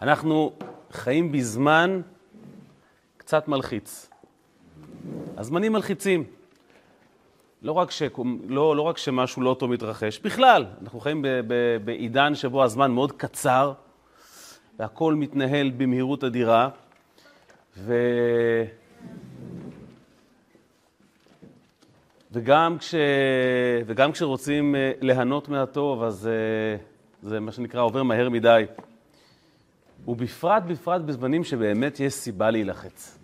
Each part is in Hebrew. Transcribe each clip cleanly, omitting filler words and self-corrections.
אנחנו חיים בזמן קצת מלחיץ. הזמנים מלחיצים. לא רק שמשהו לא טוב מתרחש, בכלל, אנחנו חיים בעידן שבו הזמן מאוד קצר, והכל מתנהל במהירות אדירה, וגם כשרוצים ליהנות מהטוב, אז זה מה שנקרא עובר מהר מדי. ובפרט בזמנים שבאמת יש סיבה להילחץ.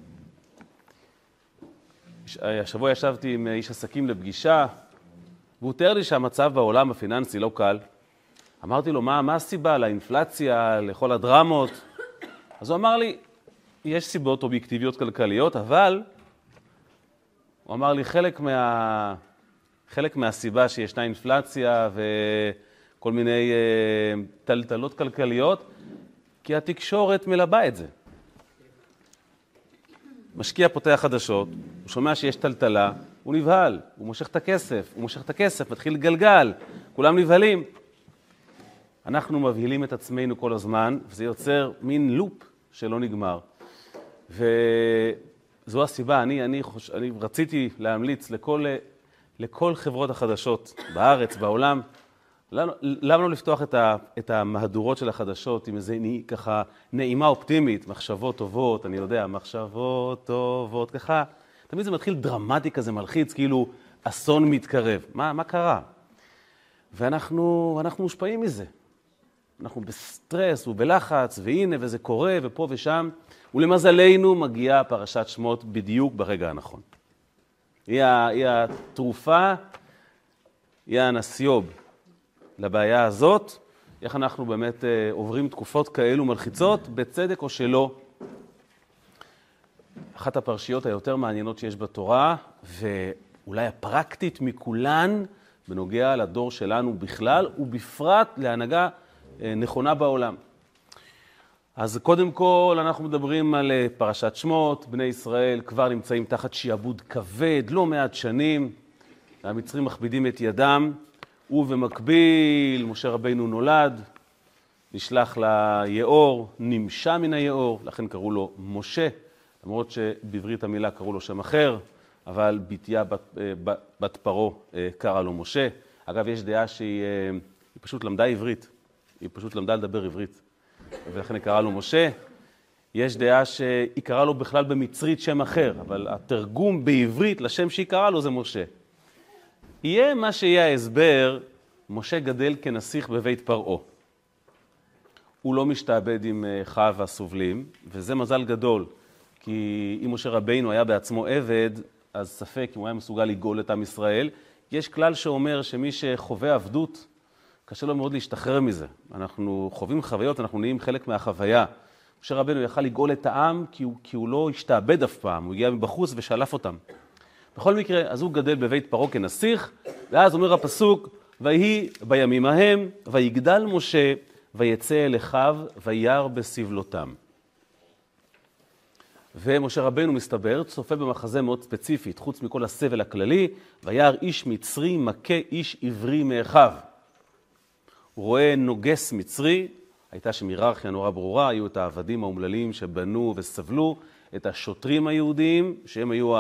השבוע ישבתי עם איש עסקים לפגישה, והוא תיאר לי שהמצב בעולם הפיננסי לא קל. אמרתי לו, מה הסיבה לאינפלציה, לכל הדרמות? אז הוא אמר לי, יש סיבות אובייקטיביות כלכליות, אבל הוא אמר לי, חלק מהסיבה שישנה אינפלציה וכל מיני טלטלות כלכליות, כי התקשורת מלבה את זה. משקיע פותח חדשות, הוא שומע שיש טלטלה, הוא נבהל, הוא מושך את הכסף, מתחיל לגלגל, כולם נבהלים. אנחנו מבהילים את עצמנו כל הזמן, וזה יוצר מין לופ שלא נגמר. וזו הסיבה, אני רציתי להמליץ לכל חברות החדשות בארץ, בעולם, למה לא לפתוח את המהדורות של החדשות עם איזה ככה נעימה אופטימית, מחשבות טובות, אני יודע, מחשבות טובות, ככה. תמיד זה מתחיל דרמטי כזה, מלחיץ, כאילו אסון מתקרב. מה קרה? ואנחנו מושפעים מזה. אנחנו בסטרס ובלחץ, והנה, וזה קורה, ופה ושם. ולמזלנו מגיעה פרשת שמות בדיוק ברגע הנכון. היא התרופה, היא הנסיוב לבעיה הזאת, איך אנחנו באמת עוברים תקופות כאלו מלחיצות, בצדק או שלא. אחת הפרשיות היותר מעניינות שיש בתורה, ואולי הפרקטית מכולן, בנוגע לדור שלנו בכלל, ובפרט להנהגה נכונה בעולם. אז קודם כל אנחנו מדברים על פרשת שמות, בני ישראל כבר נמצאים תחת שיעבוד כבד, לא מעט שנים, והמצרים מכבידים את ידם, ובמקביל משה רבינו נולד, נשלח ליאור, נמשה מן היאור, לכן קראו לו משה, למרות שבברית המילה קראו לו שם אחר, אבל בתיה בת פרו קרא לו משה. אגב, יש דעה שהיא פשוט למדה עברית, היא פשוט למדה לדבר עברית, ולכן היא קרא לו משה. יש דעה שהיא קרא לו בכלל במצרית שם אחר, אבל התרגום בעברית לשם שהיא קרא לו זה משה. יהיה מה שיהיה ההסבר, משה גדל כנסיך בבית פרעה. הוא לא משתעבד עם אחיו הסובלים, וזה מזל גדול, כי אם משה רבינו היה בעצמו עבד, אז ספק אם הוא היה מסוגל לגאול את עם ישראל. יש כלל שאומר שמי שחווה עבדות, קשה לו מאוד להשתחרר מזה. אנחנו חווים חוויות, אנחנו נהיים חלק מהחוויה. משה רבינו יכל לגאול את העם, כי הוא לא השתעבד אף פעם, הוא הגיע מבחוץ ושלף אותם. בכל מקרה, אז הוא גדל בבית פרעה כנסיך, ואז אומר הפסוק, ויהי בימים ההם, ויגדל משה, ויצא אל אחיו, וירא בסבלותם. ומשה רבינו מסתבר, צופה במחזה מאוד ספציפית, חוץ מכל הסבל הכללי, וירא איש מצרי מכה איש עברי מאחיו. הוא רואה נוגס מצרי, הייתה שם היררכיה נורא ברורה, היו את העבדים האומללים שבנו וסבלו, את השוטרים היהודיים, שהם היו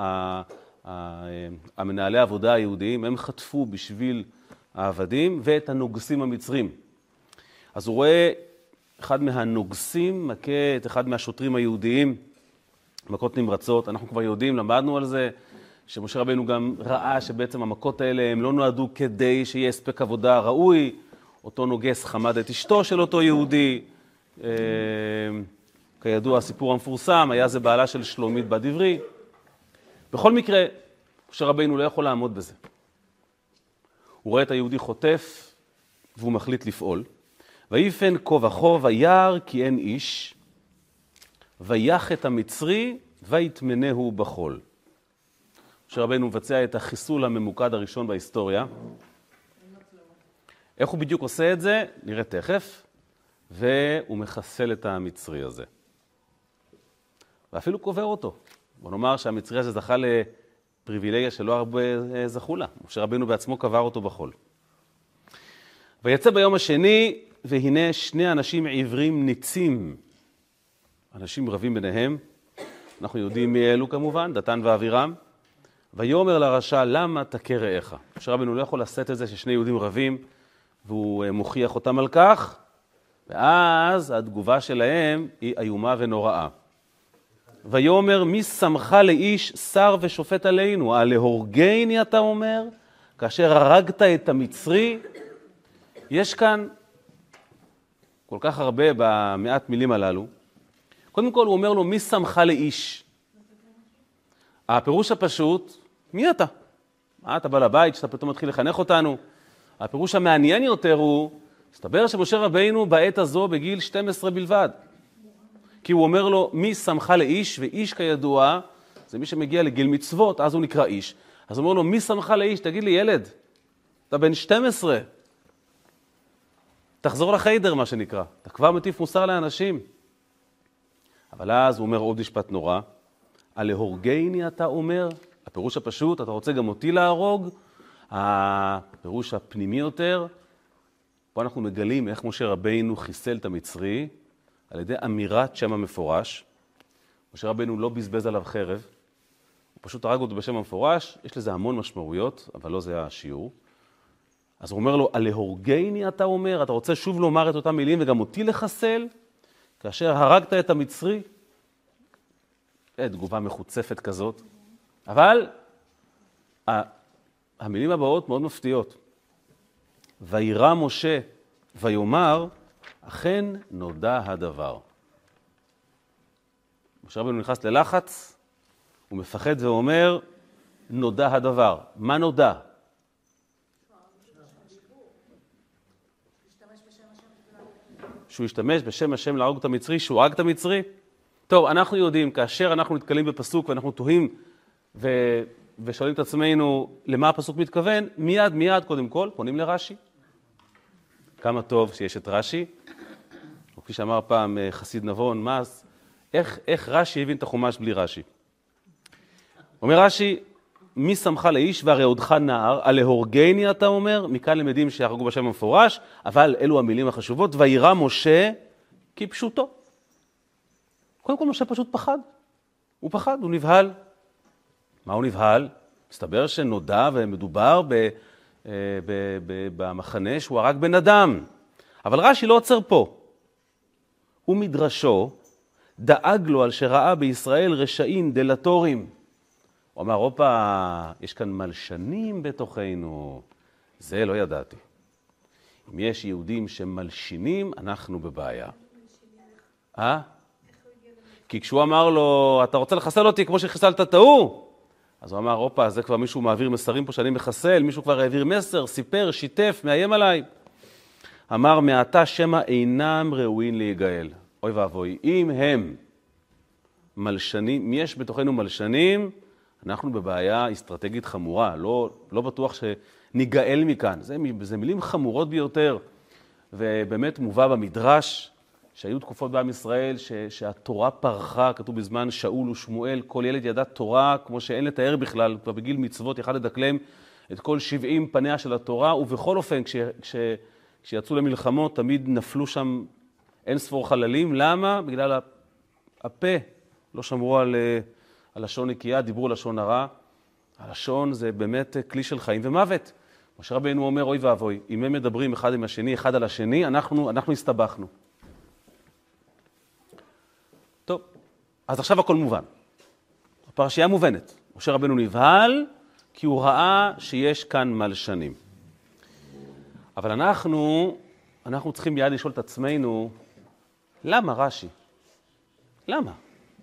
המנהלי העבודה היהודיים, הם חטפו בשביל העבדים, ואת הנוגסים המצרים. אז הוא רואה אחד מהנוגסים מכה את אחד מהשוטרים היהודיים, מכות נמרצות. אנחנו כבר יודעים, למדנו על זה, שמשה רבינו גם ראה שבעצם המכות האלה הם לא נועדו כדי שיהיה הספק עבודה ראוי. אותו נוגס חמד את אשתו של אותו יהודי. כידוע, הסיפור המפורסם, היה זה בעלה של שלומית בת דברי. בכל מקרה, משה רבינו לא יכול לעמוד בזה. הוא רואה את היהודי חוטף, והוא מחליט לפעול. ויפן כה וכה וירא כי אין איש, ויח את המצרי ויטמנהו בחול. משה רבינו מבצע את החיסול הממוקד הראשון בהיסטוריה. איך הוא בדיוק עושה את זה? נראה תכף. והוא מחסל את המצרי הזה. ואפילו קובר אותו. בוא נאמר שהמצרי הזה זכה לפריבילגיה שלא הרבה זכו לה. משה רבינו בעצמו קבר אותו בחול. ויצא ביום השני והנה שני אנשים עברים ניצים, אנשים רבים ביניהם, אנחנו יודעים מי אלו כמובן, דתן ואבירם, ויאמר לרשע, למה תכה רעך? משה רבנו לא יכול לשאת את זה ששני יהודים רבים, והוא מוכיח אותם על כך, ואז התגובה שלהם היא איומה ונוראה. ויאמר, מי שמך לאיש שר ושופט עלינו? הלהורגני אתה אומר, כאשר הרגת את המצרי? יש כאן כל כך הרבה במעט מילים הללו. קודם כל הוא אומר לו, מי שמך לאיש? הפירוש הפשוט, מי אתה? אתה בא לבית שאתה פתאום מתחיל לחנך אותנו. הפירוש המעניין יותר הוא, מסתבר שמשה רבינו בעת הזו בגיל 12 בלבד. כי הוא אומר לו, מי שמך לאיש? ואיש כידוע, זה מי שמגיע לגיל מצוות, אז הוא נקרא איש. אז הוא אומר לו, מי שמך לאיש? תגיד לי, ילד, אתה בן 12. תחזור לחיידר, מה שנקרא. אתה כבר מטיף מוסר לאנשים. אבל אז הוא אומר עוד משפט נורא, הלהורגני אתה אומר? הפירוש הפשוט, אתה רוצה גם אותי להרוג? הפירוש הפנימי יותר, פה אנחנו מגלים איך משה רבינו חיסל את המצרי, על ידי אמירת שם המפורש. משה רבינו לא בזבז עליו חרב, הוא פשוט הרג אותו בשם המפורש, יש לזה המון משמעויות, אבל לא זה השיעור. אז הוא אומר לו, הלהורגני אתה אומר? אתה רוצה שוב לומר את אותם מילים וגם אותי לחסל? כאשר הרגת את המצרי? תגובה מחוצפת כזאת. אבל המילים הבאות מאוד מפתיעות. וירא משה ויאמר, אכן נודע הדבר. משה רבינו נכנס ללחץ, הוא מפחד ואומר, נודע הדבר. מה נודע? שהוא השתמש בשם השם להרוג את המצרי, שהוא הרג את המצרי. טוב, אנחנו יודעים, כאשר אנחנו נתקלים בפסוק ואנחנו תוהים ושואלים את עצמנו למה הפסוק מתכוון, מיד קודם כל פונים לרש"י. כמה טוב שיש את רש"י. וכפי שאמר פעם חסיד נבון, איך רש"י הבין את החומש בלי רש"י? אומר רש"י, מי שמך לאיש והרי עודך נער, הלהורגני אתה אומר? מכאן למדים שהרגו בשם המפורש, אבל אלו המילים החשובות, וירא משה כפשוטו. קודם כל משה פשוט פחד. הוא פחד, הוא נבהל. מה הוא נבהל? מסתבר שנודע ומדובר במחנה שהוא הרג בן אדם. אבל רש"י לא עוצר פה. הוא מדרשו דאג לו על שראה בישראל רשעים דלטורים. הוא אמר, יש כאן מלשנים בתוכנו. זה לא ידעתי. אם יש יהודים שמלשינים, אנחנו בבעיה. כי כשהוא אמר לו, אתה רוצה לחסל אותי כמו שחיסלת את ההוא? אז הוא אמר, זה כבר מישהו מעביר מסרים פה שאני מחסל, מישהו כבר העביר מסר, סיפר, שיתף, מאיים עליי. אמר, מעתה שמא אינם ראויים להיגאל. אוי ואבוי, אם הם מלשנים, אם יש בתוכנו מלשנים, אנחנו בבעיה אסטרטגית חמורה, לא בטוח שניגאל מכאן. זה מילים חמורות ביותר, ובאמת מובא במדרש, שהיו תקופות בעם ישראל שהתורה פרחה, כתוב בזמן שאול ושמואל, כל ילד ידע תורה כמו שאין לתאר בכלל, כבר בגיל מצוות יכל לדקלם את כל 70 פניה של התורה, ובכל אופן כשיצאו למלחמות תמיד נפלו שם אין ספור חללים. למה? בגלל הפה, לא שמרו על לשון נקייה, דיברו לשון הרע. הלשון זה באמת כלי של חיים ומוות. משה רבינו אומר, אוי ואבוי, אם הם מדברים אחד עם השני, אחד על השני, אנחנו הסתבכנו. טוב, אז עכשיו הכל מובן. הפרשייה מובנת. משה רבינו נבהל כי הוא ראה שיש כאן מלשנים. אבל אנחנו צריכים מיד לשאול את עצמנו, למה רש"י? למה?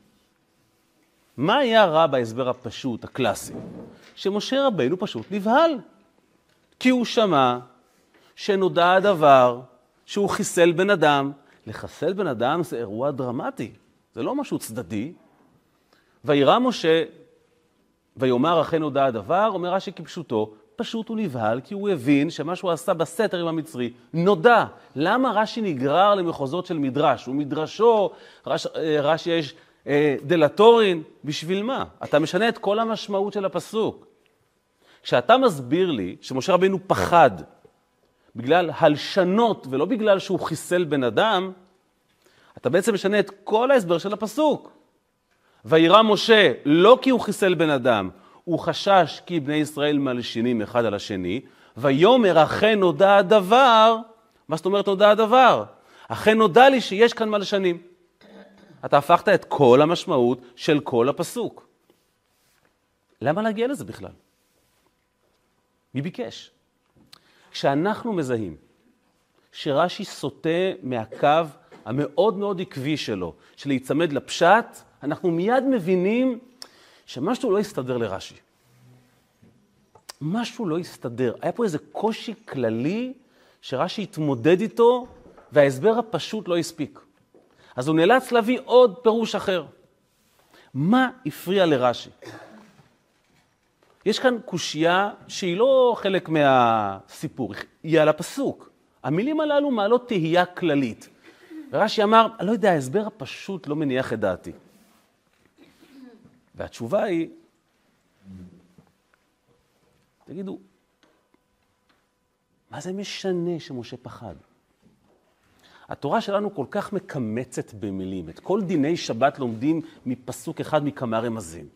מה היה רע בהסבר הפשוט, הקלאסי? שמשה רבינו פשוט נבהל. כי הוא שמע שנודע הדבר, שהוא חיסל בן אדם. לחסל בן אדם זה אירוע דרמטי. זה לא משהו צדדי. וירא משה, ויאמר אכן נודע הדבר, אומר רש"י כפשוטו, פשוט הוא נבהל כי הוא הבין שמה שהוא עשה בסתר עם המצרי נודע. למה רש"י נגרר למחוזות של מדרש? ומדרשו, רש"י יש דלטורין, בשביל מה? אתה משנה את כל המשמעות של הפסוק. כשאתה מסביר לי שמשה רבינו פחד בגלל הלשנות ולא בגלל שהוא חיסל בן אדם, אתה בעצם משנה את כל ההסבר של הפסוק. וירא משה לא כי הוא חיסל בן אדם, הוא חשש כי בני ישראל מלשינים אחד על השני, ויאמר אכן נודע הדבר. מה זאת אומרת נודע הדבר? אכן נודע לי שיש כאן מלשנים. אתה הפכת את כל המשמעות של כל הפסוק. למה להגיע לזה בכלל? מי ביקש? כשאנחנו מזהים שרש"י סוטה מהקו המאוד מאוד עקבי שלו, של להיצמד לפשט, אנחנו מיד מבינים שמשהו לא יסתדר לרש"י. משהו לא יסתדר. היה פה איזה קושי כללי שרש"י התמודד איתו, וההסבר הפשוט לא הספיק. אז הוא נאלץ להביא עוד פירוש אחר. מה הפריע לרש"י? יש כאן קושייה שהיא לא חלק מהסיפור, היא על הפסוק. המילים הללו מעלות תהייה כללית. ורש"י אמר, אני לא יודע, ההסבר הפשוט לא מניח את דעתי. והתשובה היא, תגידו, מה זה משנה שמשה פחד? התורה שלנו כל כך מקמצת במילים. את כל דיני שבת לומדים מפסוק אחד מכמה רמזים.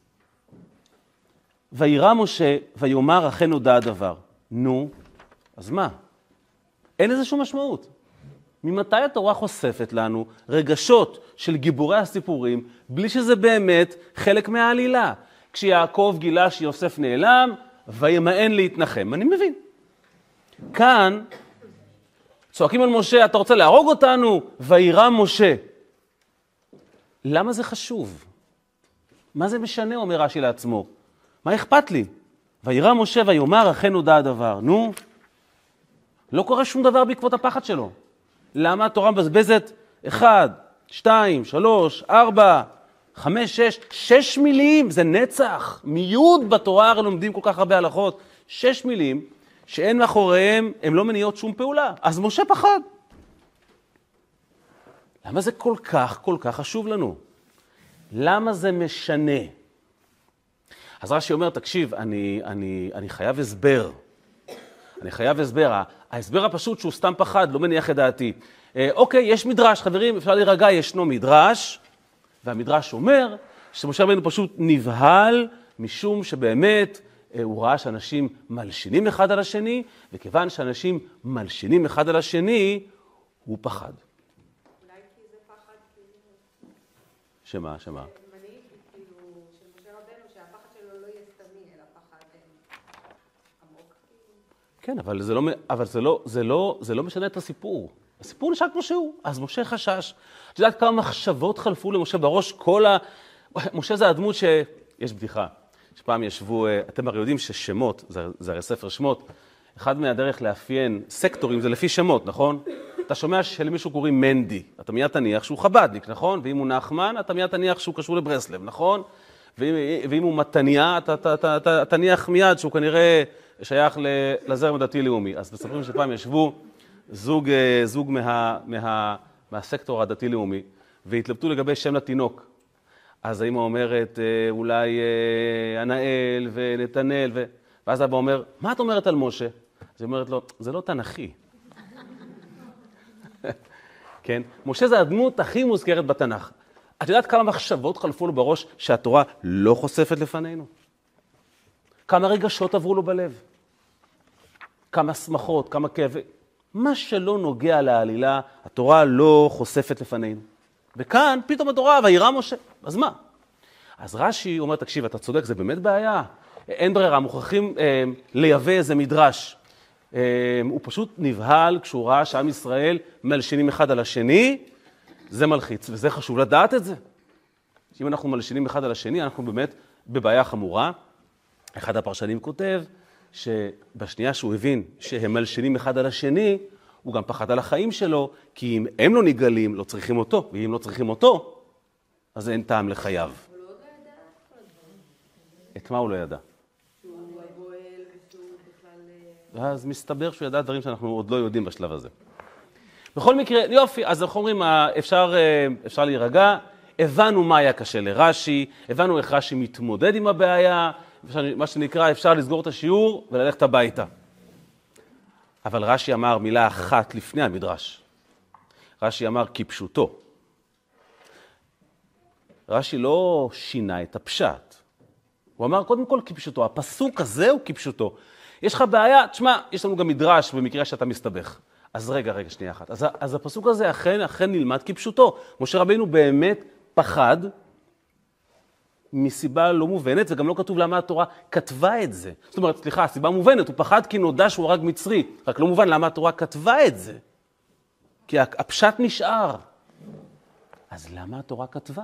וירא משה ויאמר אכן נודע הדבר. נו, אז מה? אין לזה שום משמעות. ממתי התורה חושפת לנו רגשות של גיבורי הסיפורים, בלי שזה באמת חלק מהעלילה? כשיעקב גילה שיוסף נעלם, וימאן להתנחם. אני מבין. כאן צועקים על משה, אתה רוצה להרוג אותנו? וירא משה. למה זה חשוב? מה זה משנה, אומר רש"י לעצמו? מה אכפת לי? וירא משה ויאמר אכן נודע הדבר. נו, לא קורה שום דבר בעקבות הפחד שלו. למה התורה מבזבזת 1, 2, 3, 4, 5, 6, 6 מילים, זה נצח. מיוד בתורה הרי לומדים כל כך הרבה הלכות. 6 מילים שאין מאחוריהם, הם לא מניעות שום פעולה. אז משה פחד. למה זה כל כך חשוב לנו? למה זה משנה? אז רש"י אומר, תקשיב, אני חייב הסבר. אני חייב הסבר. ההסבר הפשוט שהוא סתם פחד, לא מניח את דעתי. אוקיי, יש מדרש, חברים, אפשר להירגע, ישנו מדרש, והמדרש אומר שמשה רבנו פשוט נבהל, משום שבאמת הוא ראה שאנשים מלשינים אחד על השני, וכיוון שאנשים מלשינים אחד על השני, הוא פחד. אולי כי זה פחד כאילו... שמה? מנהיג, כאילו, של משה רבנו, שהפחד שלו לא יהיה סתמי, אלא פחד עמוק. כן, אבל זה לא משנה את הסיפור. הסיפור נשאר כמו שהוא. אז משה חשש. את יודעת כמה מחשבות חלפו למשה בראש? משה זה הדמות יש בדיחה. שפעם ישבו, אתם הרי יודעים ששמות, זה הרי ספר שמות, אחד מהדרך לאפיין סקטורים זה לפי שמות, נכון? אתה שומע שלמישהו קוראים מנדי, אתה מיד תניח שהוא חבדניק, נכון? ואם הוא נחמן, אתה מיד תניח שהוא קשור לברסלב, נכון? ואם הוא מתניה, אתה תניח מיד שהוא כנראה שייך לזרם הדתי-לאומי. אז מספרים שפעם ישבו זוג מהסקטור הדתי-לאומי, והתלבטו לגבי שם לתינוק. אז האמא אומרת, אולי ענאל ונתנאל, ואז אבא אומר, מה את אומרת על משה? אז היא אומרת לו, זה לא תנכי. כן? משה זה הדמות הכי מוזכרת בתנ"ך. את יודעת כמה מחשבות חלפו לו בראש שהתורה לא חושפת לפנינו? כמה רגשות עברו לו בלב? כמה שמחות, כמה כאב? מה שלא נוגע לעלילה, התורה לא חושפת לפנינו. וכאן פתאום התורה, וירא משה. אז מה? אז רש"י אומר, תקשיב, אתה צודק, זה באמת בעיה. אין ברירה, מוכרחים לייבא איזה מדרש. הוא פשוט נבהל כשהוא ראה שעם ישראל מלשינים אחד על השני, זה מלחיץ, וזה חשוב לדעת את זה. אם אנחנו מלשינים אחד על השני, אנחנו באמת בבעיה חמורה. אחד הפרשנים כותב שבשנייה שהוא הבין שהם מלשינים אחד על השני, הוא גם פחד על החיים שלו, כי אם הם לא נגלים, לא צריכים אותו, ואם לא צריכים אותו, אז אין טעם לחייו. הוא לא ידע כל הדברים. את מה הוא לא ידע? שהוא בועל ושהוא בכלל... אז מסתבר שהוא ידע דברים שאנחנו עוד לא יודעים בשלב הזה. בכל מקרה, יופי, אז אנחנו אומרים, אפשר להירגע, הבנו מה היה קשה לרש"י, הבנו איך רש"י מתמודד עם הבעיה, מה שנקרא, אפשר לסגור את השיעור וללכת הביתה. אבל רש"י אמר מילה אחת לפני המדרש. רש"י אמר כפשוטו. רש"י לא שינה את הפשט. הוא אמר קודם כל כפשוטו. הפסוק הזה הוא כפשוטו. יש לך בעיה, תשמע, יש לנו גם מדרש במקרה שאתה מסתבך. אז רגע, שנייה אחת. אז הפסוק הזה אכן נלמד כפשוטו. משה רבינו באמת פחד מסיבה לא מובנת, וגם לא כתוב למה התורה כתבה את זה. זאת אומרת, סליחה, הסיבה מובנת, הוא פחד כי נודע שהוא הרג מצרי, רק לא מובן למה התורה כתבה את זה. כי הפשט נשאר. אז למה התורה כתבה?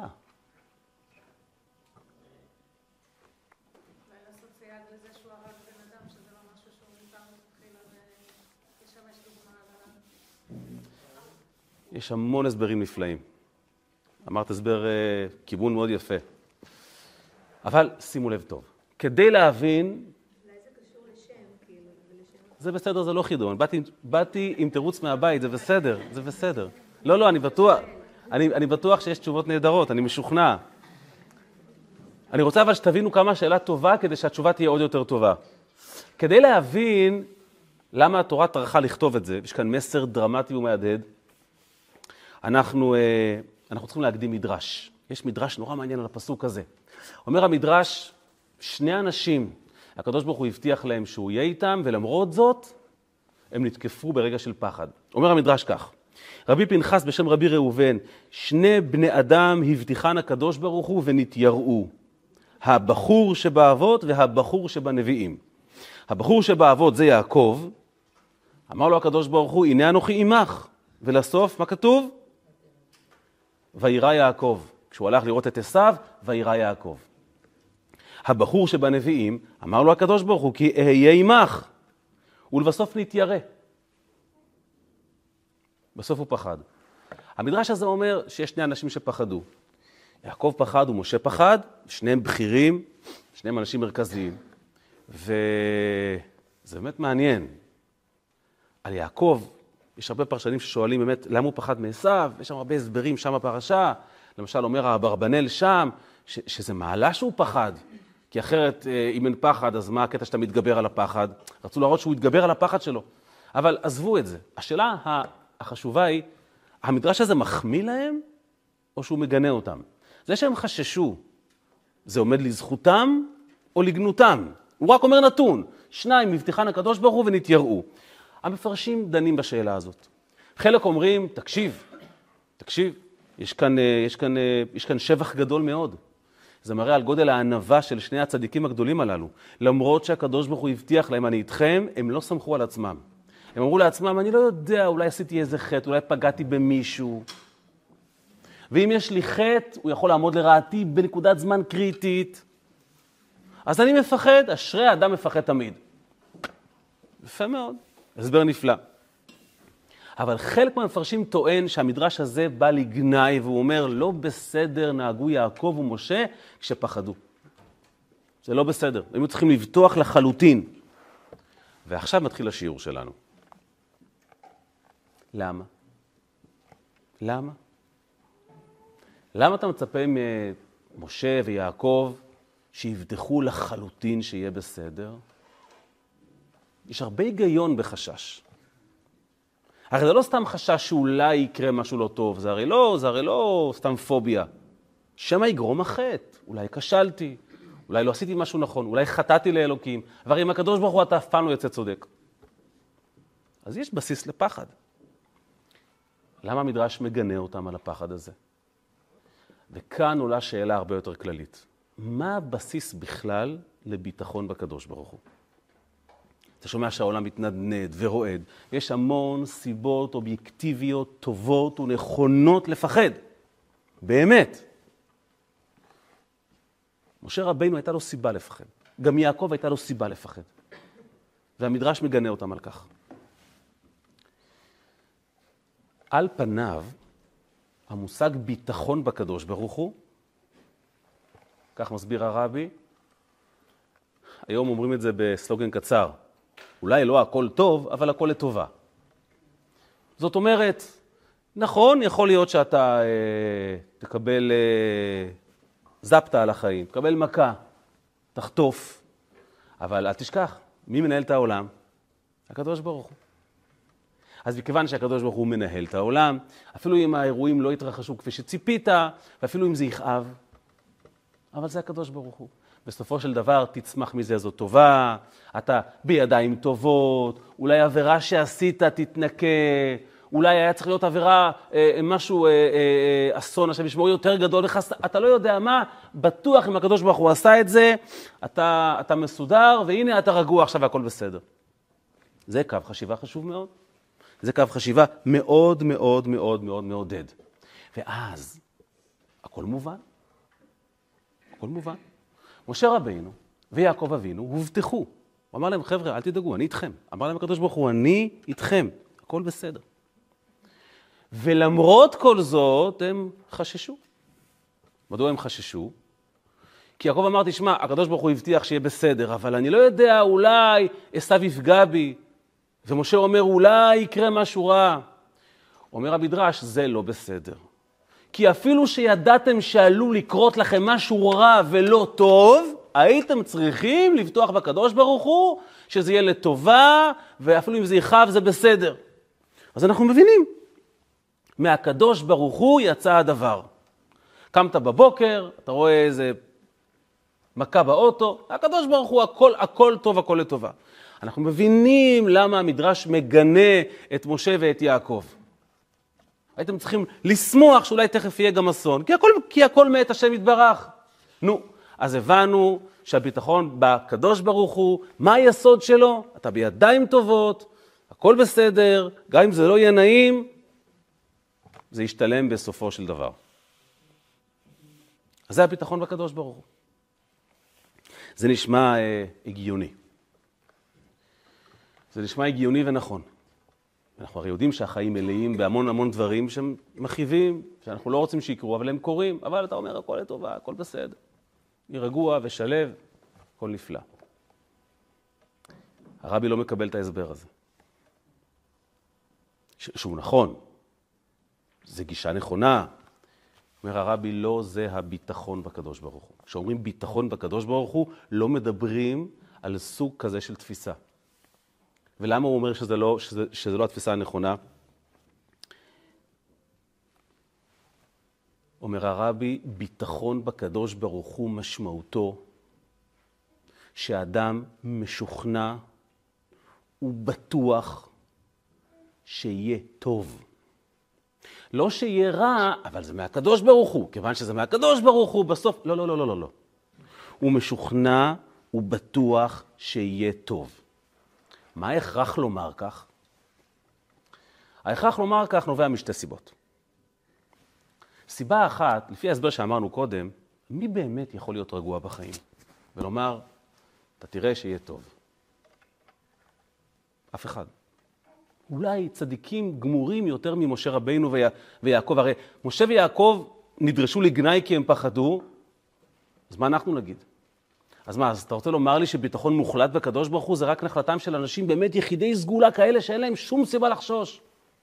יש המון הסברים נפלאים. אמרת הסבר כיוון מאוד יפה. אבל שימו לב טוב. כדי להבין... אולי זה קשור לשם, כאילו, ולשם... זה בסדר, זה לא חידון. באתי עם תירוץ מהבית, זה בסדר, זה בסדר. לא, אני בטוח שיש תשובות נהדרות, אני משוכנע. אני רוצה אבל שתבינו כמה שאלה טובה, כדי שהתשובה תהיה עוד יותר טובה. כדי להבין למה התורה טרחה לכתוב את זה, יש כאן מסר דרמטי ומהדהד, אנחנו צריכים להקדים מדרש. יש מדרש נורא מעניין על הפסוק הזה. אומר המדרש, שני אנשים, הקדוש ברוך הוא הבטיח להם שהוא יהיה איתם, ולמרות זאת, הם נתקפו ברגע של פחד. אומר המדרש כך, רבי פנחס בשם רבי ראובן, שני בני אדם הבטיחן הקדוש ברוך הוא ונתייראו. הבחור שבאבות והבחור שבנביאים. הבחור שבאבות זה יעקב, אמר לו הקדוש ברוך הוא, הנה אנוכי עמך. ולסוף, מה כתוב? וירא יעקב. כשהוא הלך לראות את עשיו, וירא יעקב. הבחור שבנביאים, אמר לו הקדוש ברוך הוא, כי אהיה עמך. ולבסוף נתיירא. בסוף הוא פחד. המדרש הזה אומר שיש שני אנשים שפחדו. יעקב פחד ומשה פחד, שניהם בכירים, שניהם אנשים מרכזיים. וזה באמת מעניין. על יעקב, יש הרבה פרשנים ששואלים באמת למה הוא פחד מעשיו, יש שם הרבה הסברים שם בפרשה, למשל אומר אברבנאל שם, שזה מעלה שהוא פחד, כי אחרת אם אין פחד, אז מה הקטע שאתה מתגבר על הפחד? רצו להראות שהוא יתגבר על הפחד שלו, אבל עזבו את זה. השאלה החשובה היא, המדרש הזה מחמיא להם, או שהוא מגנה אותם? זה שהם חששו, זה עומד לזכותם או לגנותם? הוא רק אומר נתון, שניים מבטיחן הקדוש ברוך הוא ונתייראו. המפרשים דנים בשאלה הזאת. חלק אומרים, תקשיב, יש כאן שבח גדול מאוד. זה מראה על גודל הענווה של שני הצדיקים הגדולים הללו. למרות שהקדוש ברוך הוא הבטיח להם, אני איתכם, הם לא סמכו על עצמם. הם אמרו לעצמם, אני לא יודע, אולי עשיתי איזה חטא, אולי פגעתי במישהו. ואם יש לי חטא, הוא יכול לעמוד לרעתי בנקודת זמן קריטית. אז אני מפחד, אשרי האדם מפחד תמיד. יפה מאוד. הסבר נפלא. אבל חלק מהמפרשים טוען שהמדרש הזה בא לגנאי, והוא אומר, לא בסדר נהגו יעקב ומשה כשפחדו. זה לא בסדר. הם היו צריכים לבטוח לחלוטין. ועכשיו מתחיל השיעור שלנו. למה? למה אתה מצפה ממשה ויעקב שיבטחו לחלוטין שיהיה בסדר? יש הרבה היגיון בחשש. הרי זה לא סתם חשש שאולי יקרה משהו לא טוב, זה הרי לא סתם פוביה. שמא יגרום החטא, אולי כשלתי, אולי לא עשיתי משהו נכון, אולי חטאתי לאלוקים, אבל עם הקדוש ברוך הוא אתה אף פעם לא יוצא צודק. אז יש בסיס לפחד. למה המדרש מגנה אותם על הפחד הזה? וכאן עולה שאלה הרבה יותר כללית. מה הבסיס בכלל לביטחון בקדוש ברוך הוא? אתה שומע שהעולם מתנדנד ורועד. יש המון סיבות אובייקטיביות, טובות ונכונות לפחד. באמת. משה רבינו הייתה לו סיבה לפחד. גם יעקב הייתה לו סיבה לפחד. והמדרש מגנה אותם על כך. על פניו, המושג ביטחון בקדוש ברוך הוא, כך מסביר הרבי, היום אומרים את זה בסלוגן קצר, אולי לא הכל טוב, אבל הכל לטובה. זאת אומרת, נכון, יכול להיות שאתה תקבל זפתה על החיים, תקבל מכה, תחטוף, אבל אל תשכח, מי מנהל את העולם? הקדוש ברוך הוא. אז מכיוון שהקדוש ברוך הוא מנהל את העולם, אפילו אם האירועים לא יתרחשו כפי שציפית, ואפילו אם זה יכאב, אבל זה הקדוש ברוך הוא. בסופו של דבר תצמח מזה איזו טובה, אתה בידיים טובות, אולי עבירה שעשית תתנקה, אולי היה צריך להיות עבירה, משהו, אסון, עכשיו ישמעו יותר גדול לך, אתה לא יודע מה, בטוח אם הקדוש ברוך הוא עשה את זה, אתה מסודר, והנה אתה רגוע עכשיו והכל בסדר. זה קו חשיבה חשוב מאוד. זה קו חשיבה מאוד מאוד מאוד מאוד מעודד. ואז, הכל מובן. הכל מובן. משה רבינו ויעקב אבינו הובטחו. הוא אמר להם, חבר'ה, אל תדאגו, אני איתכם. אמר להם הקדוש ברוך הוא, אני איתכם. הכל בסדר. ולמרות כל זאת, הם חששו. מדוע הם חששו? כי יעקב אמר, תשמע, הקדוש ברוך הוא הבטיח שיהיה בסדר, אבל אני לא יודע, אולי עשיו יפגע בי. ומשה אומר, אולי יקרה משהו רע. אומר המדרש, זה לא בסדר. כי אפילו שידעתם שעלול לקרות לכם משהו רע ולא טוב, הייתם צריכים לבטוח בקדוש ברוך הוא, שזה יהיה לטובה, ואפילו אם זה יכאב זה בסדר. אז אנחנו מבינים. מהקדוש ברוך הוא יצא הדבר. קמת בבוקר, אתה רואה איזה מכה באוטו, הקדוש ברוך הוא הכל טוב, הכל לטובה. אנחנו מבינים למה המדרש מגנה את משה ואת יעקב. הייתם צריכים לשמוח שאולי תכף יהיה גם אסון, כי הכל מאת השם יתברך. נו, אז הבנו שהביטחון בקדוש ברוך הוא, מה היסוד שלו? אתה בידיים טובות, הכל בסדר, גם אם זה לא יהיה נעים, זה ישתלם בסופו של דבר. אז זה הביטחון בקדוש ברוך הוא. זה נשמע הגיוני. זה נשמע הגיוני ונכון. אנחנו הרי יודעים שהחיים מלאים בהמון המון דברים שהם מכאיבים, שאנחנו לא רוצים שיקרו, אבל הם קורים. אבל אתה אומר, הכל לטובה, הכל בסדר. אני רגוע ושלב, הכל נפלא. הרבי לא מקבל את ההסבר הזה. שהוא נכון. זה גישה נכונה. אומר הרבי, לא זה הביטחון בקדוש ברוך הוא. כשאומרים ביטחון בקדוש ברוך הוא, לא מדברים על סוג כזה של תפיסה. ולמה הוא אומר שזה לא התפיסה הנכונה? אומר הרבי, ביטחון בקדוש ברוך הוא משמעותו שאדם משוכנע ובטוח שיהיה טוב. לא שיהיה רע, אבל זה מהקדוש ברוך הוא. כיוון שזה מהקדוש ברוך הוא, בסוף... לא. הוא משוכנע ובטוח שיהיה טוב. מה ההכרח לומר כך? ההכרח לומר כך נובע משתי סיבות. סיבה אחת, לפי ההסבר שאמרנו קודם, מי באמת יכול להיות רגוע בחיים? ולומר, אתה תראה שיהיה טוב. אף אחד. אולי צדיקים גמורים יותר ממשה רבינו ויעקב. הרי משה ויעקב נדרשו לגנאי כי הם פחדו, אז מה אנחנו נגיד? אז מה, אז אתה רוצה לומר לי שביטחון מוחלט בקדוש ברוך הוא זה רק נחלתם של אנשים באמת יחידי סגולה כאלה שאין להם שום סיבה לחשוש?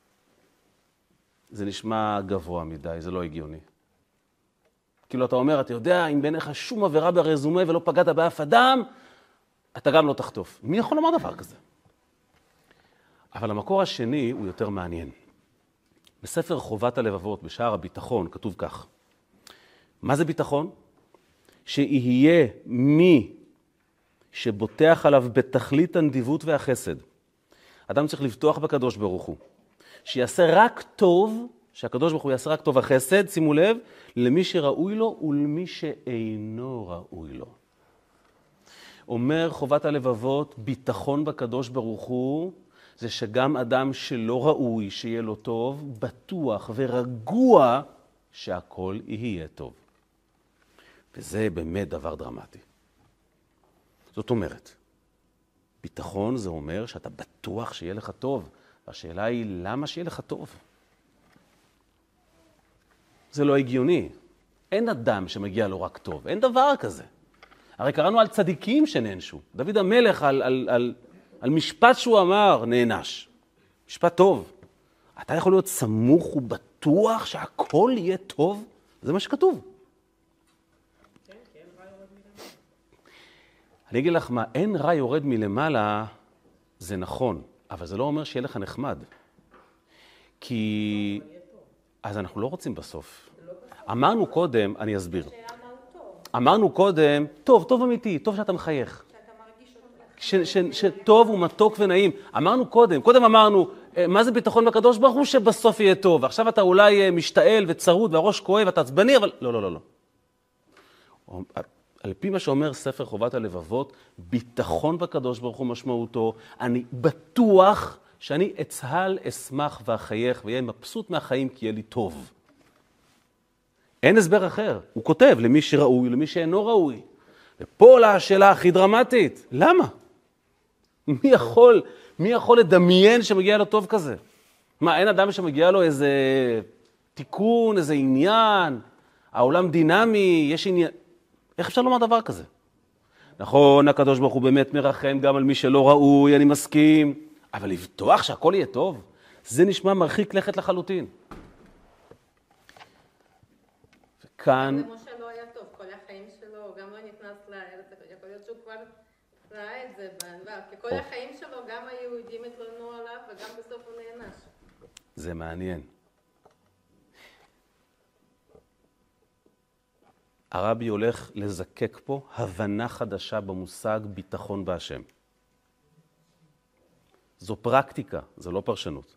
זה נשמע גבוה מדי, זה לא הגיוני. כאילו אתה אומר, אתה יודע, אם בעיניך שום עבירה ברזומה ולא פגעת באף אדם, אתה גם לא תחטוף. מי יכול לומר דבר כזה? אבל המקור השני הוא יותר מעניין. בספר חובת הלבבות, בשער הביטחון, כתוב כך. מה זה ביטחון? שיהיה מי שבוטח עליו בתכלית הנדיבות והחסד. אדם צריך לבטוח בקדוש ברוך הוא. שיעשה רק טוב, שהקדוש ברוך הוא יעשה רק טוב החסד, שימו לב, למי שראוי לו ולמי שאינו ראוי לו. אומר חובת הלבבות, ביטחון בקדוש ברוך הוא, זה שגם אדם שלא ראוי שיהיה לו טוב, בטוח ורגוע שהכל יהיה טוב. וזה באמת דבר דרמטי. זאת אומרת, ביטחון זה אומר שאתה בטוח שיהיה לך טוב. והשאלה היא, למה שיהיה לך טוב? זה לא הגיוני. אין אדם שמגיע לו רק טוב. אין דבר כזה. הרי קראנו על צדיקים שנענשו. דוד המלך על משפט שהוא אמר, נענש. משפט טוב. אתה יכול להיות סמוך ובטוח שהכל יהיה טוב? זה מה שכתוב. אני אגיד לך מה, אין רע יורד מלמעלה, זה נכון, אבל זה לא אומר שיהיה לך נחמד. כי... אז אנחנו לא רוצים בסוף. אמרנו קודם, אני אסביר. אמרנו קודם, טוב אמיתי, טוב שאתה מחייך. שטוב ומתוק ונעים. אמרנו קודם אמרנו, מה זה ביטחון בקדוש ברוך הוא? שבסוף יהיה טוב. עכשיו אתה אולי משתעל וצרוד והראש כואב ואתה עצבני, אבל לא. על פי מה שאומר ספר חובת הלבבות, ביטחון בקדוש ברוך הוא משמעותו, אני בטוח שאני אצהל, אשמח ואחייך ויהיה מבסוט מהחיים כי יהיה לי טוב. אין הסבר אחר. הוא כותב למי שראוי ולמי שאינו ראוי. ופה עולה השאלה הכי דרמטית. למה? מי יכול לדמיין שמגיע לו טוב כזה? מה, אין אדם שמגיע לו איזה תיקון, איזה עניין? העולם דינמי, יש עניין... איך אפשר לומר דבר כזה? נכון, הקדוש ברוך הוא באמת מרחם גם על מי שלא ראוי, אני מסכים. אבל לבטוח שהכל יהיה טוב, זה נשמע מרחיק לכת לחלוטין. וכאן... למשה לא היה טוב, כל החיים שלו, גם לא נכנס לארץ, יכול להיות שהוא כבר ראה את זה בענווה, כי כל החיים שלו גם היהודים התלוננו עליו וגם בסוף הוא נענש. זה מעניין. הרבי הולך לזקק פה הבנה חדשה במושג ביטחון בהשם. זו פרקטיקה, זו לא פרשנות.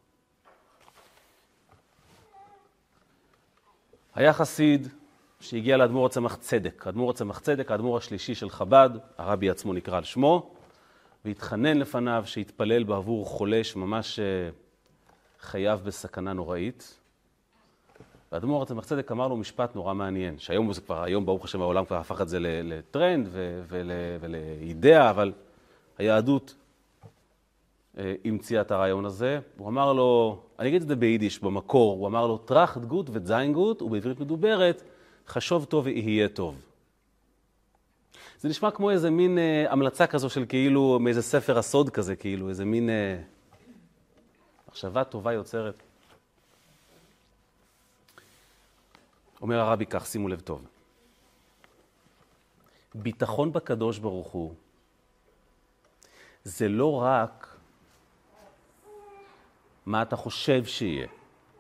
היה חסיד שהגיע לאדמו"ר הצמח צדק. אדמו"ר הצמח צדק, האדמו"ר השלישי של חב"ד, הרבי עצמו נקרא על שמו, והתחנן לפניו שהתפלל בעבור חולה שממש חייו בסכנה נוראית. והאדמו"ר הצמח צדק אמר לו משפט נורא מעניין, שהיום זה כבר, היום ברוך השם העולם כבר הפך את זה לטרנד ולידע, אבל היהדות המציאה את הרעיון הזה. הוא אמר לו, אני אגיד את זה ביידיש במקור, הוא אמר לו, טראחט גוט וזיין גוט, ובעברית מדוברת, חשוב טוב ויהיה טוב. זה נשמע כמו איזה מין המלצה כזו של כאילו, מאיזה ספר הסוד כזה, כאילו, איזה מין מחשבה טובה יוצרת. אומר הרבי כך, שימו לב טוב. ביטחון בקדוש ברוך הוא, זה לא רק מה אתה חושב שיהיה.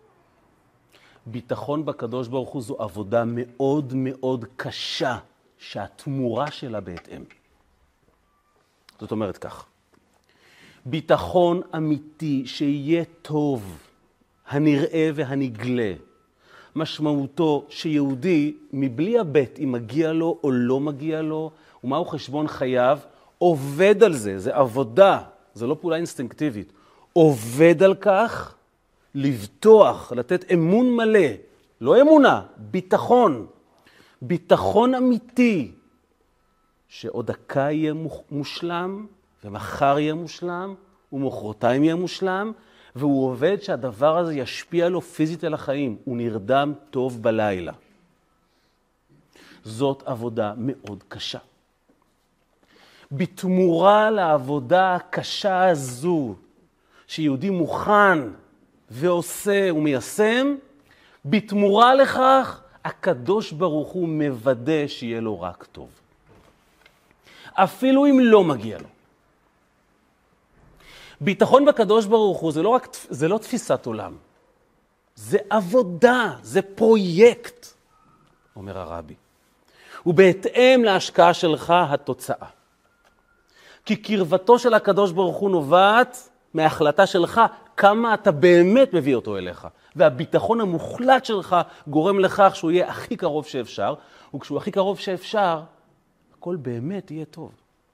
ביטחון בקדוש ברוך הוא זו עבודה מאוד מאוד קשה, שהתמורה שלה בהתאם. זאת אומרת כך, ביטחון אמיתי שיהיה טוב, הנראה והנגלה, משמעותו שיהודי, מבלי הבט אם מגיע לו או לא מגיע לו, ומהו חשבון חייו, עובד על זה, זה עבודה, זה לא פעולה אינסטינקטיבית, עובד על כך, לבטוח, לתת אמון מלא, לא אמונה, ביטחון, ביטחון אמיתי, שעוד דקה יהיה מושלם, ומחר יהיה מושלם, ומחרתיים יהיה מושלם, והוא עובד שהדבר הזה ישפיע לו פיזית על החיים, הוא נרדם טוב בלילה. זאת עבודה מאוד קשה. בתמורה לעבודה הקשה הזו, שיהודי מוכן ועושה ומיישם, בתמורה לכך, הקדוש ברוך הוא מוודא שיהיה לו רק טוב. אפילו אם לא מגיע לו. ביטחון בקדוש ברוך הוא זה לא תפיסת עולם. זה עבודה, זה פרויקט, אומר הרבי. ובהתאם להשקעה שלך התוצאה. כי קרבתו של הקדוש ברוך הוא נובעת מההחלטה שלך כמה אתה באמת מביא אותו אליך. והביטחון המוחלט שלך גורם לכך שהוא יהיה הכי קרוב שאפשר, וכשהוא הכי קרוב שאפשר, הכל באמת יהיה טוב.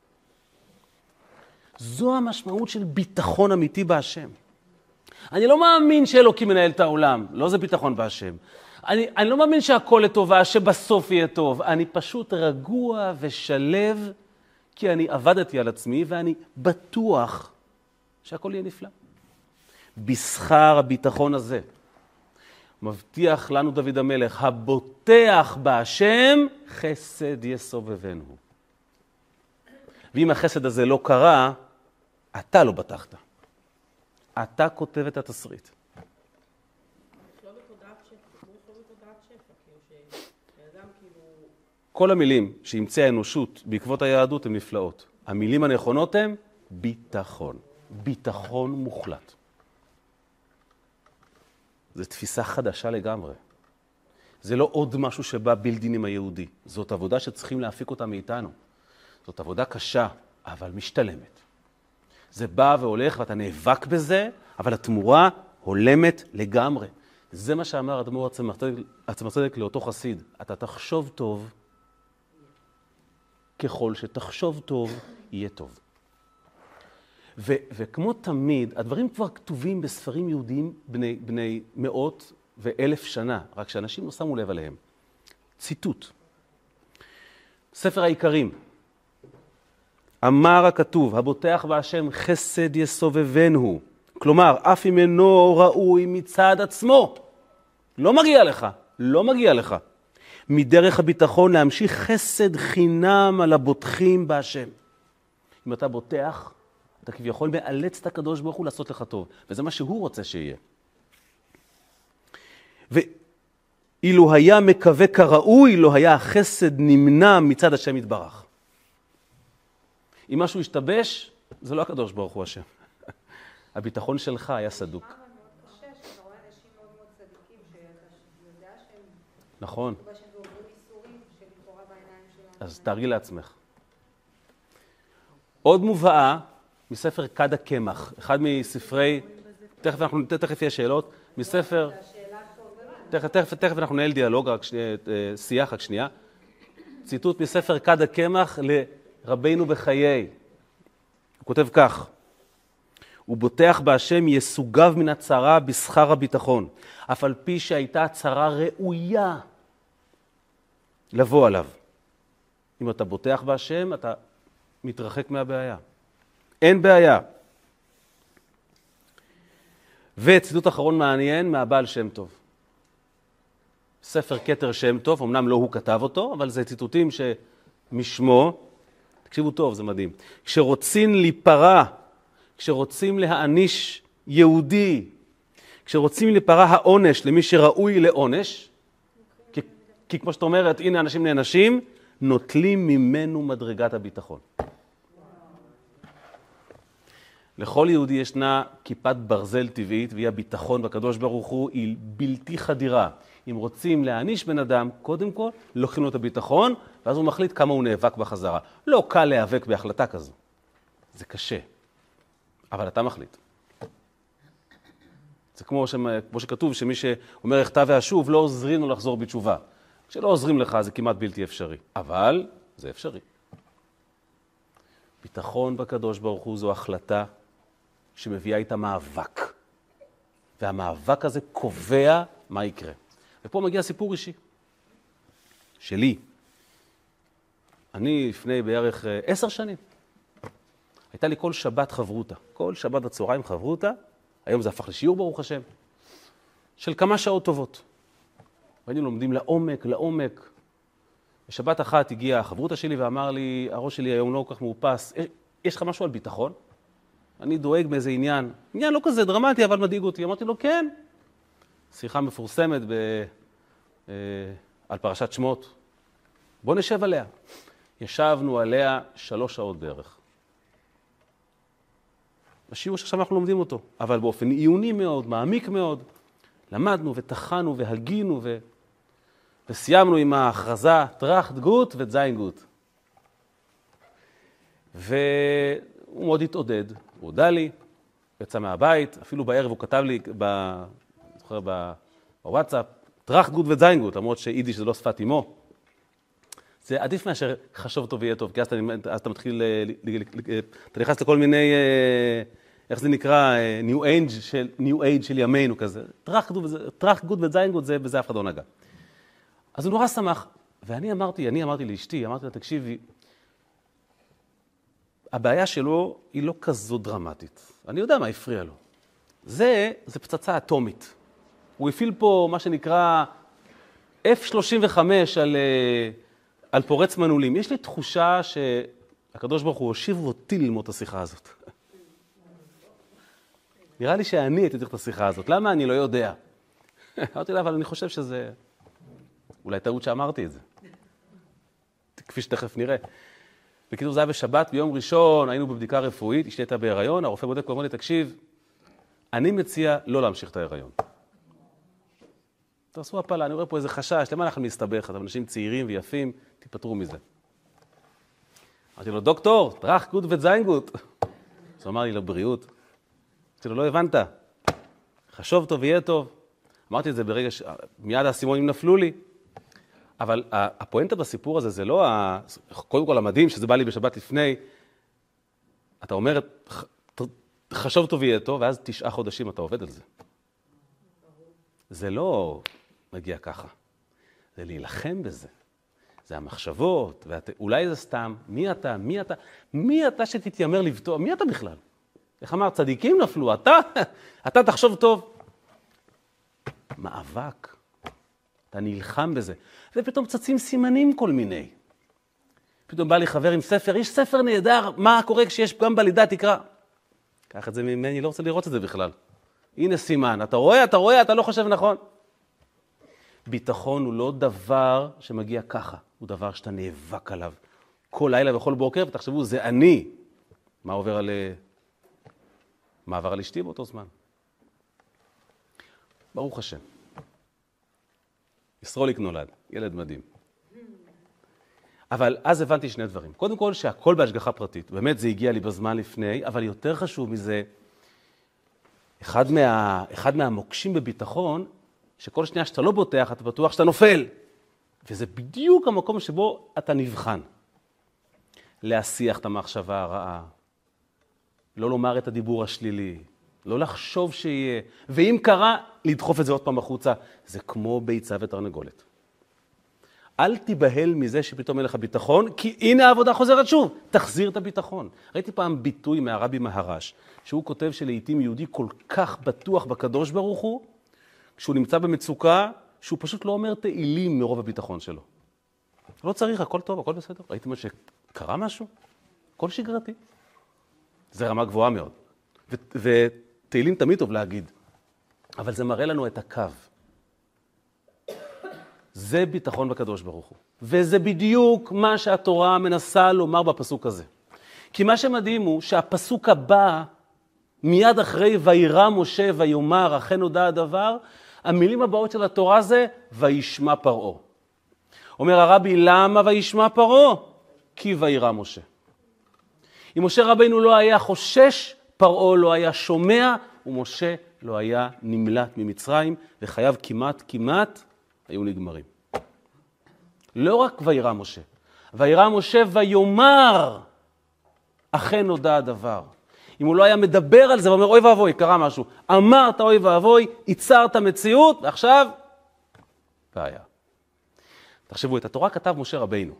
זו המשמעות של ביטחון אמיתי בהשם. אני לא מאמין שאלוקים מנהל את העולם, לא זה ביטחון בהשם. אני לא מאמין שהכל לטובה, שבסוף יהיה טוב. אני פשוט רגוע ושלב, כי אני עבדתי על עצמי ואני בטוח שהכל יהיה נפלא. בשכר הביטחון הזה מבטיח לנו דוד המלך, הבוטח בהשם חסד יסובבנו. ואם החסד הזה לא קרה, אתה לא בטחת. אתה כותב את התסריט. לא בתודעת שפע, לא בתודעת שפע, שאדם כאילו... כל המילים שהמציאה האנושות בעקבות היהדות הן נפלאות. המילים הנכונות הן ביטחון. ביטחון מוחלט. זו תפיסה חדשה לגמרי. זה לא עוד משהו שבא בילדין עם היהודי. זאת עבודה שצריכים להפיק אותה מאיתנו. זאת עבודה קשה, אבל משתלמת. זה בא והולך ואתה נאבק בזה, אבל התמורה הולמת לגמרי. זה מה שאמר אדמו"ר עצמר צדק לאותו חסיד. אתה תחשוב טוב, ככל שתחשוב טוב, יהיה טוב. וכמו תמיד, הדברים כבר כתובים בספרים יהודיים בני מאות ואלף שנה, רק שאנשים לא שמו לב עליהם. ציטוט. ספר העיקרים. אמר הכתוב, הבוטח בהשם חסד יסובבנו. כלומר, אף אם אינו ראוי מצד עצמו. לא מגיע לך, לא מגיע לך. מדרך הביטחון להמשיך חסד חינם על הבוטחים בהשם. אם אתה בוטח, אתה כביכול מאלץ את הקדוש ברוך הוא לעשות לך טוב. וזה מה שהוא רוצה שיהיה. ואילו היה מקווה כראוי, לא היה החסד נמנע מצד השם יתברך. אם משהו ישתבש, זה לא הקדוש ברוך הוא השם. הביטחון שלך היה סדוק. מאוד קשה, שאתה רואה אנשים מאוד מאוד צדיקים, שאתה יודע שהם... נכון. שהם עוברים איסורים של תורה בעיניים שלנו. אז תארי לעצמך. עוד מובאה מספר כד הקמח, אחד מספרי, תכף יהיה שאלות, מספר, תכף אנחנו נעל דיאלוג, שיח רק שנייה, ציטוט מספר כד הקמח לרבינו בחיי. הוא כותב כך, הוא בוטח בהשם יסוגב מן הצרה בשכר הביטחון, אף על פי שהייתה הצרה ראויה לבוא עליו. אם אתה בוטח בהשם, אתה מתרחק מהבעיה. אין בעיה. וציטוט אחרון מעניין מהבעל שם טוב. ספר כתר שם טוב, אמנם לא הוא כתב אותו, אבל זה ציטוטים שמשמו, תקשיבו טוב, זה מדהים. כשרוצים להיפרע, כשרוצים להעניש יהודי, כשרוצים להיפרע העונש למי שראוי לעונש, כי כמו שאת אומרת, הנה אנשים נענשים, נוטלים ממנו מדרגת הביטחון. לכל יהודי ישנה כיפת ברזל טבעית, והיא הביטחון בקדוש ברוך הוא, היא בלתי חדירה. אם רוצים להעניש בן אדם, קודם כל, לוקחים לו את הביטחון, ואז הוא מחליט כמה הוא נאבק בחזרה. לא קל להיאבק בהחלטה כזו. זה קשה. אבל אתה מחליט. זה כמו שכתוב, שמי שאומר אחטא ואשוב, לא עוזרים לו לחזור בתשובה. כשלא עוזרים לך, זה כמעט בלתי אפשרי. אבל זה אפשרי. ביטחון בקדוש ברוך הוא זו החלטה שמביאה איתה מאבק. והמאבק הזה קובע מה יקרה. ופה מגיע סיפור אישי. שלי. אני לפני בערך 10 שנים. הייתה לי כל שבת חברותה. כל שבת בצהריים חברותה. היום זה הפך לשיעור ברוך השם. של כמה שעות טובות. והיינו לומדים לעומק. בשבת אחת הגיעה החברותה שלי ואמר לי, הראש שלי היום לא כל כך מאופס, יש לך משהו על ביטחון? אני דואג מאיזה עניין לא כזה דרמטי, אבל מדאיג אותי. אמרתי לו, כן. שיחה מפורסמת על פרשת שמות. בוא נשב עליה. ישבנו עליה 3 שעות בערך. השיעור שעכשיו אנחנו לומדים אותו, אבל באופן עיוני מאוד, מעמיק מאוד. למדנו וטחנו והגינו וסיימנו עם ההכרזה טראכט גוט וזיין גוט. והוא מאוד התעודד, הוא הודע לי, יצא מהבית, אפילו בערב הוא כתב לי, זוכר בוואטסאפפ, טראכט גוט וזיין גוט, למרות שיידיש זה לא שפת אמו. זה עדיף מאשר חשוב טוב ויהיה טוב, כי אז אתה מתחיל, אתה נכנס לכל מיני, איך זה נקרא, ניו אייג' של ימינו כזה. טראכט גוט וזיין גוט זה בזה אף אחד לא נגע. אז הוא נורא שמח, ואני אמרתי לאשתי, אמרתי לה, תקשיבי, הבעיה שלו היא לא כזו דרמטית. אני יודע מה הפריע לו. זה פצצה אטומית. הוא הפעיל פה מה שנקרא F-35 על פורץ מנעולים. יש לי תחושה שהקדוש ברוך הוא הושיב אותי ללמוד את השיחה הזאת. נראה לי שאני הייתי צריך את השיחה הזאת. למה? אני לא יודע. אמרתי לה, אבל אני חושב שזה... אולי טעות שאמרתי את זה. כפי שתכף נראה. בקיצור, זה היה בשבת, ביום ראשון היינו בבדיקה רפואית, אשתי הייתה בהיריון, הרופא בודק ואומר לי, תקשיב, אני מציע לא להמשיך את ההיריון. תעשו הפלה, אני רואה פה איזה חשש, למה אנחנו מסתבך? אתם אנשים צעירים ויפים, תיפטרו מזה. אמרתי לו, דוקטור, טרח גוט וזיין גוט. אז הוא אמר לי, לבריאות. אמרתי לו, לא הבנת. חשוב טוב, יהיה טוב. אמרתי את זה ברגע מיד האסימונים נפלו לי. אבל הפואנטה בסיפור הזה זה לא, קודם כל המדהים, שזה בא לי בשבת לפני, אתה אומר, חשוב טוב יהיה טוב, ואז 9 חודשים אתה עובד על זה. זה לא מגיע ככה. זה להילחם בזה. זה המחשבות, אולי זה סתם, מי אתה שתתיימר לבטוע? מי אתה בכלל? איך אמר, צדיקים נפלו, אתה תחשוב טוב. מאבק. אתה נלחם בזה. ופתאום צצים סימנים כל מיני. פתאום בא לי חבר עם ספר, יש ספר נהדר, מה קורה כשיש גם בלידה, תקרא. קח את זה ממני, לא רוצה לראות את זה בכלל. הנה סימן, אתה רואה, אתה לא חושב נכון. ביטחון הוא לא דבר שמגיע ככה, הוא דבר שאתה נאבק עליו. כל לילה וכל בוקר, ותחשבו, זה אני. מה עבר על אשתי באותו זמן? ברוך השם. ישרוליק נולד, ילד מדהים. אבל אז הבנתי 2 דברים. קודם כל, שהכל בהשגחה פרטית. באמת זה הגיע לי בזמן לפני, אבל יותר חשוב מזה, אחד מהמוקשים בביטחון, שכל שנייה שאתה לא בוטח, אתה בטוח שאתה נופל. וזה בדיוק המקום שבו אתה נבחן. להסיח את המחשבה הרעה, לא לומר את הדיבור השלילי, לא לחשוב שיהיה, ואם קרה, לדחוף את זה עוד פעם החוצה. זה כמו ביצה ותרנגולת. אל תיבהל מזה שפתאום אין לך ביטחון, כי הנה העבודה חוזרת שוב, תחזיר את הביטחון. ראיתי פעם ביטוי מהרבי מהרש, שהוא כותב שלעיתים יהודי כל כך בטוח בקדוש ברוך הוא, כשהוא נמצא במצוקה, שהוא פשוט לא אומר תהילים מרוב הביטחון שלו. לא צריך, הכל טוב, הכל בסדר. ראיתי מה שקרה משהו, הכל שגרתי. זה רמה גבוהה מאוד. ותהילים תמיד טוב להגיד, אבל זה מראה לנו את הקו. זה ביטחון בקדוש ברוך הוא. וזה בדיוק מה שהתורה מנסה לומר בפסוק הזה. כי מה שמדהים הוא שהפסוק הבא, מיד אחרי וירא משה ויאמר אכן נודע הדבר, המילים הבאות של התורה זה וישמע פרעה. אומר הרבי, למה וישמע פרעה? כי וירא משה. אם משה רבינו לא היה חושש, פרעה לא היה שומע, ומשה לא היה נמלט ממצרים, וחייו כמעט היו נגמרים. לא רק וירא משה, וירא משה ויאמר אכן נודע הדבר. אם הוא לא היה מדבר על זה ואומר אוי ואבוי, קרה משהו, אמרת אוי ואבוי, ייצרת מציאות, ועכשיו בעיה. תחשבו, את התורה כתב משה רבינו.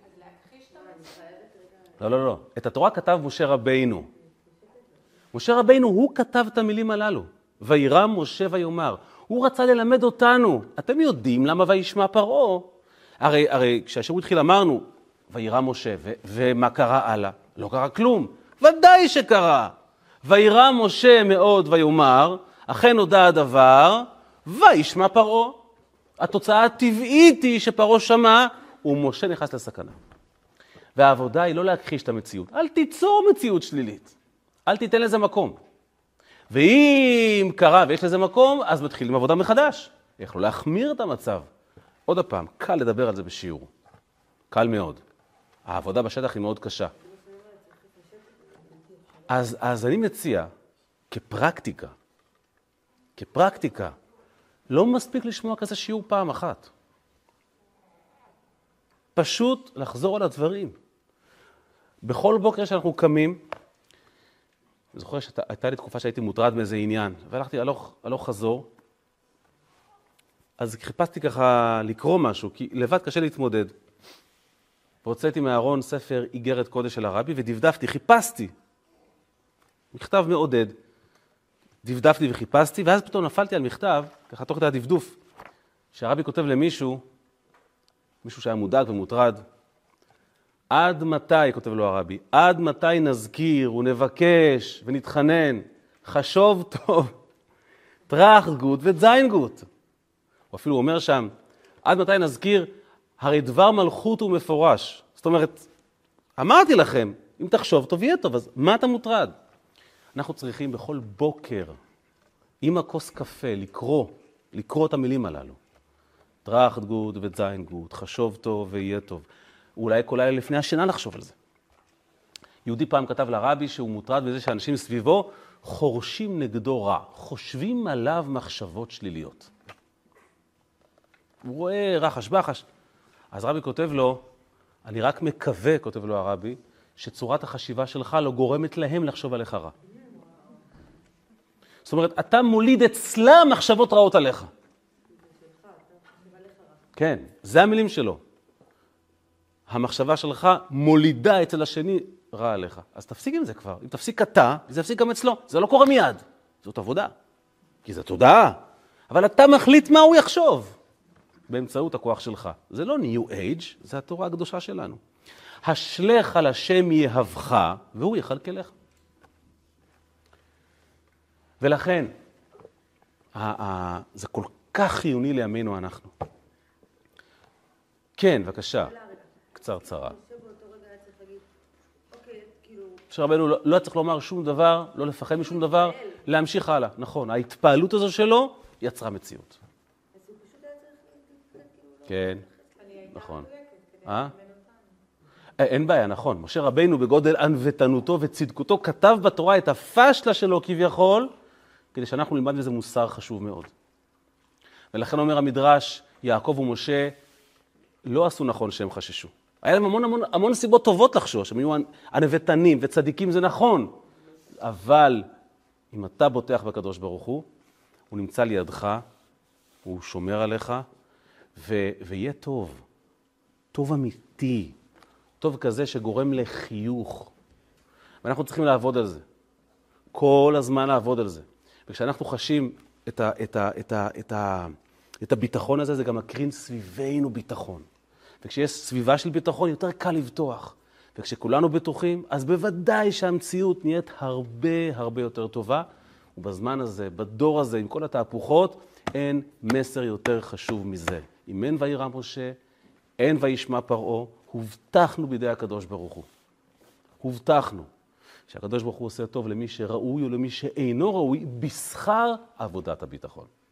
לא. את התורה כתב משה רבינו. משה רבינו, הוא כתב את המילים הללו. וירא משה ויאמר. הוא רצה ללמד אותנו. אתם יודעים למה וישמע פרעה? הרי כשהשיעור התחיל אמרנו, וירא משה, ומה קרה הלאה? לא קרה כלום. ודאי שקרה. וירא משה מאוד ויאמר, אכן נודע הדבר, וישמע פרעה. התוצאה הטבעית היא שפרעה שמע, ומשה נכנס לסכנה. והעבודה היא לא להכחיש את המציאות. אל תיצור מציאות שלילית. אל תיתן לזה מקום. ואם קרה ויש לזה מקום, אז מתחילים עבודה מחדש. יכלו להחמיר את המצב. עוד הפעם, קל לדבר על זה בשיעור. קל מאוד. העבודה בשטח היא מאוד קשה. אז אני מציע, כפרקטיקה, לא מספיק לשמוע כזה שיעור פעם אחת. פשוט לחזור על הדברים. בכל בוקר שאנחנו קמים, אני זוכר שהייתה לי תקופה שהייתי מוטרד מאיזה עניין, והלכתי הלוך חזור, אז חיפשתי ככה לקרוא משהו, כי לבד קשה להתמודד. והוצאתי מהארון ספר איגרת קודש של הרבי, ודפדפתי, חיפשתי. מכתב מעודד. דפדפתי וחיפשתי, ואז פתאום נפלתי על מכתב, ככה תוך כדי הדפדוף, שהרבי כותב למישהו, מישהו שהיה מודאג ומוטרד, עד מתי, כותב לו הרבי, עד מתי נזכיר ונבקש ונתחנן, חשוב טוב, טרח גוט וזיין גוט. הוא אפילו אומר שם, עד מתי נזכיר, הרי דבר מלכות הוא מפורש. זאת אומרת, אמרתי לכם, אם תחשוב טוב יהיה טוב, אז מה אתה מוטרד? אנחנו צריכים בכל בוקר, עם הכוס קפה, לקרוא את המילים הללו. טראחט גוט וזיין גוט, חשוב טוב ויהיה טוב. אולי כל לילה לפני השינה לחשוב על זה. יהודי פעם כתב לרבי שהוא מוטרד בזה שאנשים סביבו חורשים נגדו רע, חושבים עליו מחשבות שליליות. הוא רואה רחש בחש. אז רבי כותב לו, אני רק מקווה, כותב לו הרבי, שצורת החשיבה שלך לא גורמת להם לחשוב עליך רע. זאת אומרת, אתה מוליד אצלם מחשבות רעות עליך. כן, זה המילים שלו. המחשבה שלך מולידה אצל השני רע עליך. אז תפסיק עם זה כבר. אם תפסיק אתה, זה יפסיק גם אצלו. זה לא קורה מיד. זאת עבודה. כי זה תודעה. אבל אתה מחליט מה הוא יחשוב. באמצעות הכוח שלך. זה לא New Age, זה התורה הקדושה שלנו. השלך על השם יהבך, והוא יכלכלך. ולכן, זה כל כך חיוני לימינו אנחנו. כן, בבקשה. קצרצרה. שרבנו לא צריך לומר שום דבר, לא לפחד משום דבר, להמשיך הלאה. נכון, ההתפעלות הזו שלו יצרה מציאות. כן, נכון. אין בעיה, נכון. משה רבינו בגודל ענוותנותו וצדקותו כתב בתורה את הפשלה שלו כביכול, כדי שאנחנו נלמד בזה מוסר חשוב מאוד. ולכן אומר המדרש, יעקב ומשה לא עשו נכון שהם חששו. היה להם המון סיבות טובות לחשוש, הם היו ענוותנים וצדיקים, זה נכון. אבל אם אתה בוטח בקדוש ברוך הוא נמצא לידך, הוא שומר עליך, ויהיה טוב. טוב אמיתי. טוב כזה שגורם לחיוך. ואנחנו צריכים לעבוד על זה. כל הזמן לעבוד על זה. וכשאנחנו חשים את הביטחון הזה, זה גם מקרין סביבנו ביטחון. וכשיש סביבה של ביטחון, יותר קל לבטוח. וכשכולנו בטוחים, אז בוודאי שהמציאות נהיית הרבה יותר טובה. ובזמן הזה, בדור הזה, עם כל התהפוכות, אין מסר יותר חשוב מזה. אם אין וירא משה, אין וישמע פרעה, הובטחנו בידי הקדוש ברוך הוא. הובטחנו שהקדוש ברוך הוא עושה טוב למי שראוי ולמי שאינו ראוי בשכר עבודת הביטחון.